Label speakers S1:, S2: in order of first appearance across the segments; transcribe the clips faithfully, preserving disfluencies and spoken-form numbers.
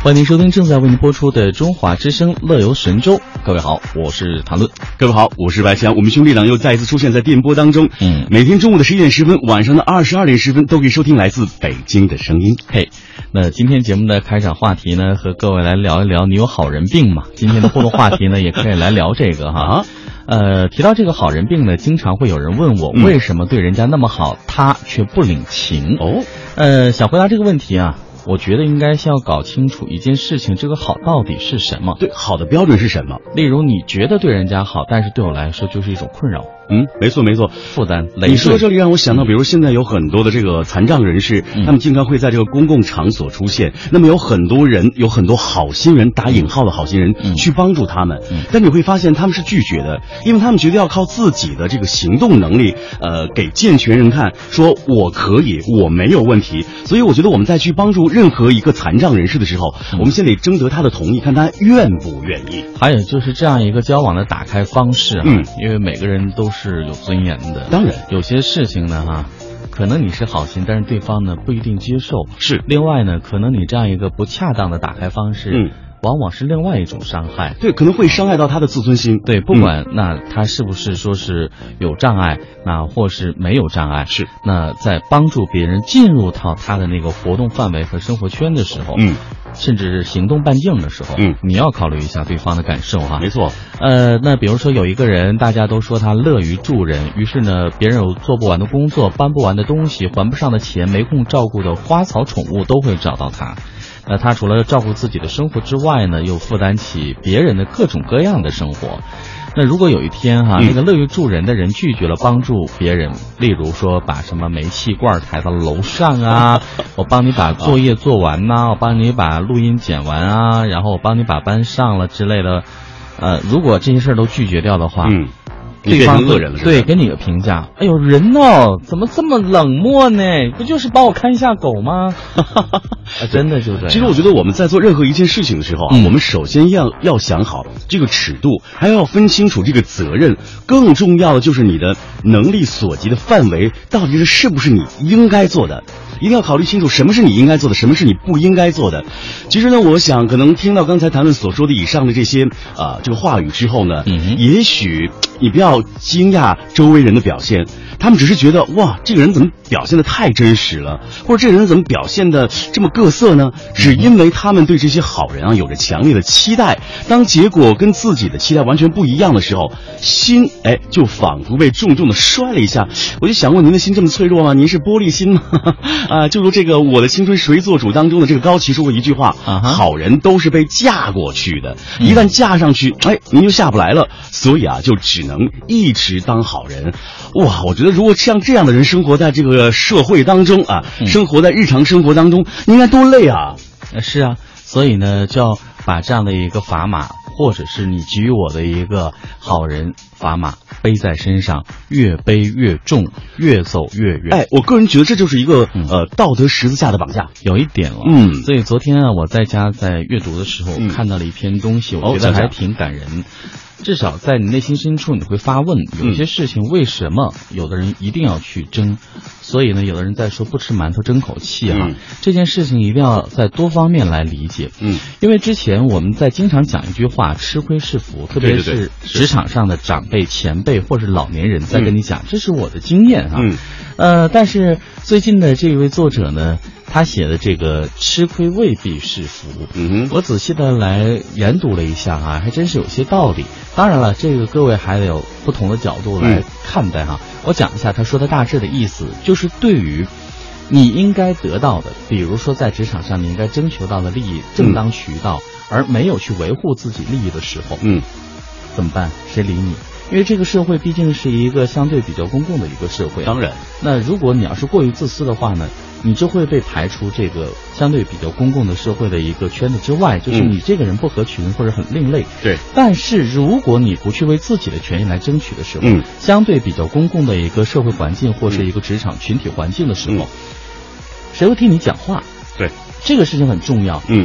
S1: 欢迎收听正在为您播出的中华之声乐游神州。各位好，我是谭论。
S2: 各位好，我是白强。我们兄弟俩又再一次出现在电波当中。
S1: 嗯，
S2: 每天中午的十一点十分，晚上的二十二点十分，都可以收听来自北京的声音。
S1: 嘿，那今天节目的开场话题呢，和各位来聊一聊你有好人病吗？今天的互动话题呢，也可以来聊这个哈。啊呃，提到这个好人病呢，经常会有人问我，为什么对人家那么好，他却不领情？哦，呃，想回答这个问题啊，我觉得应该先要搞清楚一件事情，这个好到底是什么？
S2: 对，好的标准是什么？
S1: 例如，你觉得对人家好，但是对我来说就是一种困扰。
S2: 嗯，没错没错，
S1: 负担累赘。
S2: 你说到这里让我想到，比如现在有很多的这个残障人士，
S1: 嗯、
S2: 他们经常会在这个公共场所出现。那么有很多人，有很多好心人，打引号的好心人，
S1: 嗯、
S2: 去帮助他们。
S1: 嗯、
S2: 但你会发现他们是拒绝的，因为他们觉得要靠自己的这个行动能力，呃，给健全人看，说我可以，我没有问题。所以我觉得我们在去帮助任何一个残障人士的时候，
S1: 嗯、
S2: 我们先得征得他的同意，看他愿不愿意。
S1: 还有就是这样一个交往的打开方式啊，
S2: 嗯，
S1: 因为每个人都是有尊严的，
S2: 当然
S1: 有些事情呢哈，可能你是好心，但是对方呢不一定接受。
S2: 是，
S1: 另外呢，可能你这样一个不恰当的打开方式，
S2: 嗯，
S1: 往往是另外一种伤害。
S2: 对，可能会伤害到他的自尊心。
S1: 对，不管那他是不是说是有障碍，那或是没有障碍，
S2: 是，
S1: 那在帮助别人进入到他的那个活动范围和生活圈的时候，
S2: 嗯，
S1: 甚至是行动半径的时候，
S2: 嗯，
S1: 你要考虑一下对方的感受哈。
S2: 没错。
S1: 呃，那比如说有一个人，大家都说他乐于助人，于是呢，别人有做不完的工作、搬不完的东西、还不上的钱、没空照顾的花草宠物，都会找到他。那他除了照顾自己的生活之外呢，又负担起别人的各种各样的生活。那如果有一天哈、啊，那个乐于助人的人拒绝了帮助别人，例如说把什么煤气罐抬到楼上啊，我帮你把作业做完呐、啊，我帮你把录音剪完啊，然后我帮你把班上了之类的，呃，如果这些事儿都拒绝掉的话，
S2: 嗯，
S1: 对方
S2: 恶人了，
S1: 对，给你个评价，哎呦，人哦，怎么这么冷漠呢？不就是帮我看一下狗吗？啊，真的就这样。
S2: 其实我觉得我们在做任何一件事情的时候啊，
S1: 嗯、
S2: 我们首先要要想好这个尺度，还要分清楚这个责任。更重要的就是你的能力所及的范围到底是是不是你应该做的。一定要考虑清楚什么是你应该做的，什么是你不应该做的。其实呢，我想可能听到刚才谈论所说的以上的这些啊、呃、这个话语之后呢，
S1: 嗯、
S2: 也许你不要惊讶周围人的表现，他们只是觉得哇，这个人怎么表现得太真实了，或者这个人怎么表现得这么各色呢？只因为他们对这些好人啊有着强烈的期待，当结果跟自己的期待完全不一样的时候，心哎就仿佛被重重的摔了一下。我就想问，您的心这么脆弱吗？您是玻璃心吗？啊，就如这个《我的青春谁做主》当中的这个高旗说过一句话，
S1: 啊、
S2: 好人都是被嫁过去的，一旦嫁上去，哎，您就下不来了，所以啊，就只能一直当好人。哇，我觉得如果像这样的人生活在这个社会当中啊，
S1: 嗯、
S2: 生活在日常生活当中，应该多累啊！
S1: 是啊，所以呢，就要把这样的一个砝码，或者是你给予我的一个好人砝码背在身上，越背越重，越走越远。
S2: 哎，我个人觉得这就是一个、嗯、呃道德十字架的绑架，
S1: 有一点了。
S2: 嗯，
S1: 所以昨天啊，我在家在阅读的时候、嗯、看到了一篇东西，我觉得还挺感人。哦，至少在你内心深处，你会发问：有些事情为什么有的人一定要去争？嗯、所以呢，有的人在说不吃馒头争口气啊。
S2: 嗯、
S1: 这件事情一定要在多方面来理解。
S2: 嗯，
S1: 因为之前我们在经常讲一句话：吃亏是福，特别是职场上的长辈、前辈或者老年人在跟你讲，嗯、这是我的经验啊。
S2: 嗯，
S1: 呃，但是最近的这一位作者呢，他写的这个吃亏未必是福。
S2: 嗯哼，
S1: 我仔细的来研读了一下啊，还真是有些道理。当然了，这个各位还得有不同的角度来看待哈。嗯、我讲一下他说的大致的意思，就是对于你应该得到的，比如说在职场上你应该争取到的利益正当渠道，嗯、而没有去维护自己利益的时候，
S2: 嗯，
S1: 怎么办？谁理你？因为这个社会毕竟是一个相对比较公共的一个社会。
S2: 当然，
S1: 那如果你要是过于自私的话呢，你就会被排除这个相对比较公共的社会的一个圈子之外，就是你这个人不合群或者很另类。
S2: 对。
S1: 但是如果你不去为自己的权益来争取的时候，
S2: 嗯，
S1: 相对比较公共的一个社会环境或是一个职场群体环境的时候，
S2: 嗯、
S1: 谁会替你讲话？
S2: 对，
S1: 这个事情很重要。
S2: 嗯。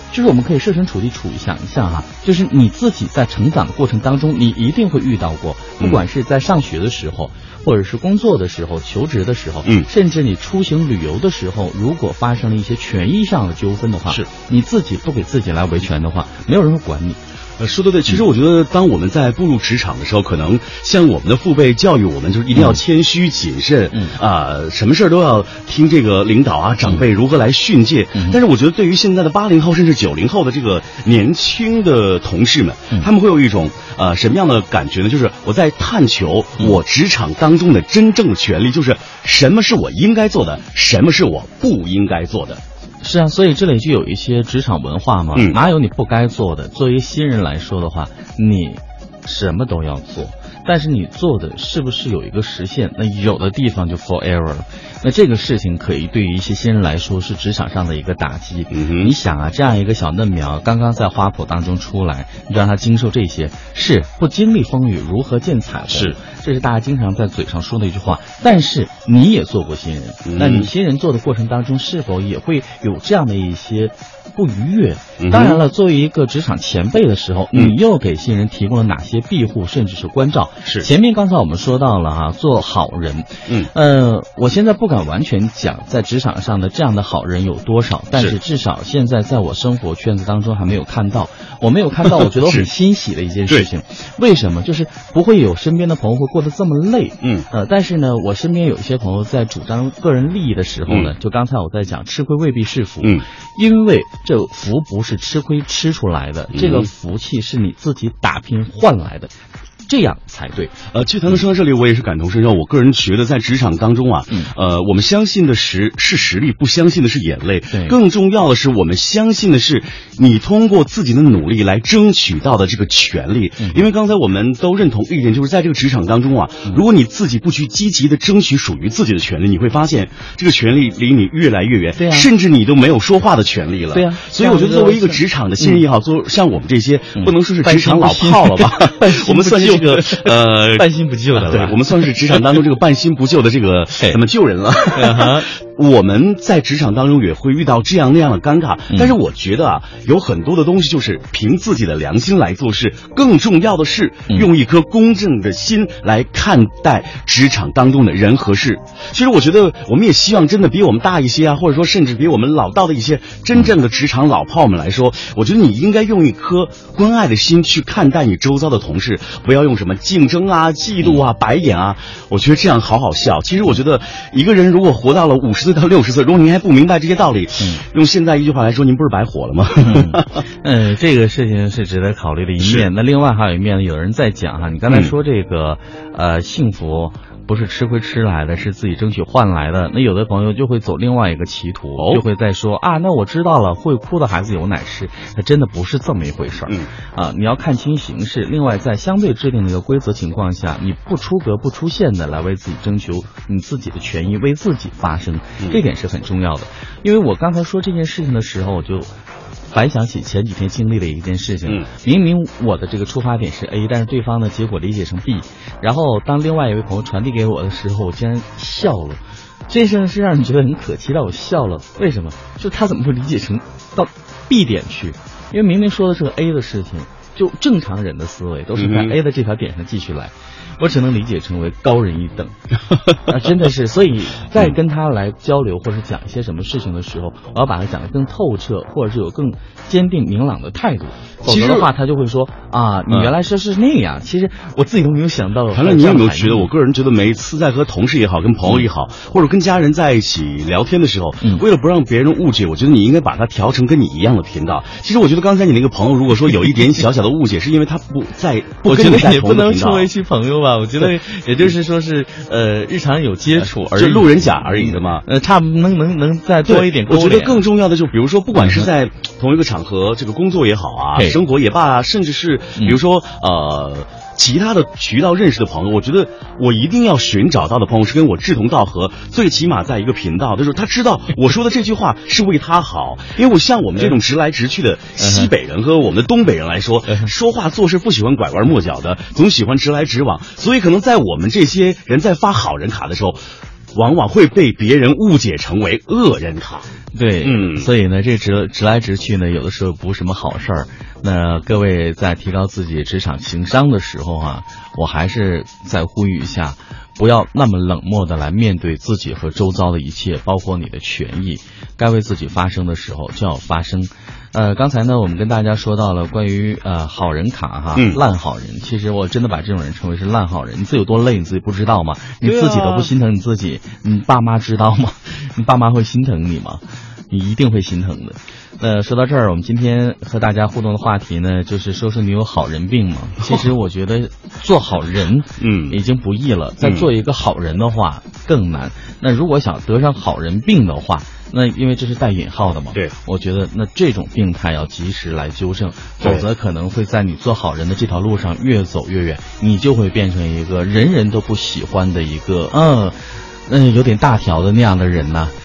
S1: 就是我们可以设身处地处想一下哈，就是你自己在成长的过程当中，你一定会遇到过，不管是在上学的时候，或者是工作的时候、求职的时候，
S2: 嗯，
S1: 甚至你出行旅游的时候，如果发生了一些权益上的纠纷的话，
S2: 是
S1: 你自己不给自己来维权的话，没有人会管你。
S2: 呃，说的对。其实我觉得，当我们在步入职场的时候，可能像我们的父辈教育我们，就是一定要谦虚谨慎，
S1: 嗯
S2: 啊、呃，什么事儿都要听这个领导啊、长辈如何来训诫。
S1: 嗯、
S2: 但是我觉得，对于现在的八零后甚至九零后的这个年轻的同事们，
S1: 嗯、
S2: 他们会有一种呃什么样的感觉呢？就是我在探求我职场当中的真正的权利，就是什么是我应该做的，什么是我不应该做的。
S1: 是啊，所以这里就有一些职场文化嘛，
S2: 嗯，
S1: 哪有你不该做的？作为新人来说的话，你什么都要做，但是你做的是不是有一个实现？那有的地方就 forever 了。那这个事情可以对于一些新人来说是职场上的一个打击。
S2: 嗯，
S1: 你想啊，这样一个小嫩苗刚刚在花圃当中出来，你就让他经受这些，是不经历风雨如何见彩虹？
S2: 是，
S1: 这是大家经常在嘴上说的一句话。但是你也做过新人，
S2: 嗯、
S1: 那你新人做的过程当中，是否也会有这样的一些不愉悦？
S2: 嗯、
S1: 当然了，作为一个职场前辈的时候，
S2: 嗯、
S1: 你又给新人提供了哪些庇护，甚至是关照？
S2: 是。
S1: 前面刚才我们说到了哈，做好人。
S2: 嗯，
S1: 呃，我现在不敢完全讲在职场上的这样的好人有多少，但是至少现在在我生活圈子当中还没有看到。我没有看到，我觉得我很欣喜的一件事情。为什么？就是不会有身边的朋友会过得这么累。
S2: 嗯，
S1: 呃，但是呢，我身边有一些朋友在主张个人利益的时候呢，
S2: 嗯、
S1: 就刚才我在讲，吃亏未必是福。
S2: 嗯，
S1: 因为这福不是吃亏吃出来的，
S2: 嗯、
S1: 这个福气是你自己打拼换来的。这样才对。
S2: 呃，其实谈到说到这里，我也是感同身受。我个人觉得，在职场当中啊，
S1: 嗯、
S2: 呃，我们相信的实是实力，不相信的是眼泪。
S1: 对，
S2: 更重要的是，我们相信的是你通过自己的努力来争取到的这个权利。
S1: 嗯、
S2: 因为刚才我们都认同一点，就是在这个职场当中啊，
S1: 嗯、
S2: 如果你自己不去积极的争取属于自己的权利，你会发现这个权利离你越来越远，
S1: 对啊、
S2: 甚至你都没有说话的权利了。
S1: 对啊，
S2: 所以我觉得，作为一个职场的新人也好，做、嗯、像我们这些，
S1: 嗯、
S2: 不能说是职场老炮了吧，我们算是这个呃。呃，
S1: 半新不旧的，
S2: 对，我们算是职场当中这个半新不旧的这个怎么救人了？我们在职场当中也会遇到这样那样的尴尬，但是我觉得啊，有很多的东西就是凭自己的良心来做事，更重要的是用一颗公正的心来看待职场当中的人和事。其实我觉得，我们也希望真的比我们大一些啊，或者说甚至比我们老道的一些真正的职场老炮们来说，我觉得你应该用一颗关爱的心去看待你周遭的同事，不要用什么竞争啊、嫉妒啊、白眼啊。我觉得这样好好笑。其实我觉得一个人如果活到了五十岁到六十岁，如果您还不明白这些道理，嗯、用现在一句话来说，您不是白活了吗？
S1: 嗯, 嗯，这个事情是值得考虑的一面。那另外还有一面呢，有人在讲哈，你刚才说这个、嗯、呃幸福不是吃亏吃来的，是自己争取换来的。那有的朋友就会走另外一个歧途，哦、就会在说啊，那我知道了，会哭的孩子有奶吃，那真的不是这么一回事儿。
S2: 嗯
S1: 啊，你要看清形势。另外，在相对制定的一个规则情况下，你不出格不出现的来为自己争求你自己的权益，为自己发声，
S2: 嗯、
S1: 这点是很重要的。因为我刚才说这件事情的时候，我就反想起前几天经历的一件事情，
S2: 嗯、
S1: 明明我的这个出发点是 A， 但是对方呢结果理解成 B， 然后当另外一位朋友传递给我的时候，我竟然笑了。这事是让你觉得很可气，让我笑了。为什么？就他怎么会理解成到 B 点去？因为明明说的是个 A 的事情，就正常人的思维都是在 A 的这条点上继续来。嗯，我只能理解成为高人一等啊，真的是。所以在跟他来交流或者讲一些什么事情的时候，我要把它讲得更透彻，或者是有更坚定明朗的态度。否则的话，他就会说啊，你原来说是那样。嗯、其实我自己都没有想到。
S2: 反正你有没有觉得，我个人觉得每一次在和同事也好，跟朋友也好，嗯、或者跟家人在一起聊天的时候，
S1: 嗯、
S2: 为了不让别人误解，我觉得你应该把它调成跟你一样的频道。其实我觉得刚才你那个朋友，如果说有一点小小的误解，是因为他不在，不跟你在同一个频道。我觉得也不
S1: 能称为其朋友吧。我觉得也就是说是呃日常有接触而已，
S2: 就路人甲而已的嘛。
S1: 呃，差不能能能再多一点勾连。
S2: 我觉得更重要的就比如说，不管是在同一个场合，这个工作也好啊，生活也罢啊，甚至是比如说呃。其他的渠道认识的朋友，我觉得我一定要寻找到的朋友是跟我志同道合，最起码在一个频道，就是他知道我说的这句话是为他好。因为我像我们这种直来直去的西北人和我们的东北人来说，说话做事不喜欢拐弯抹角的，总喜欢直来直往，所以可能在我们这些人在发好人卡的时候， 往往会被别人误解成为恶人卡。
S1: 对，
S2: 嗯，
S1: 所以呢，这直直来直去呢，有的时候不是什么好事儿。那各位在提高自己职场情商的时候啊，我还是再呼吁一下，不要那么冷漠的来面对自己和周遭的一切，包括你的权益，该为自己发声的时候就要发声。呃，刚才呢，我们跟大家说到了关于呃好人卡哈，
S2: 嗯、
S1: 烂好人。其实我真的把这种人称为是烂好人。你自己有多累，你自己不知道吗？你自己都不心疼你自己，你爸妈知道吗？你爸妈会心疼你吗？你一定会心疼的。那说到这儿，我们今天和大家互动的话题呢，就是说说你有好人病吗？其实我觉得做好人，
S2: 嗯，
S1: 已经不易了，再做一个好人的话更难。那如果想得上好人病的话，那因为这是带引号的嘛，
S2: 对，
S1: 我觉得那这种病态要及时来纠正，否则可能会在你做好人的这条路上越走越远，你就会变成一个人人都不喜欢的一个，嗯嗯，有点大条的那样的人呐。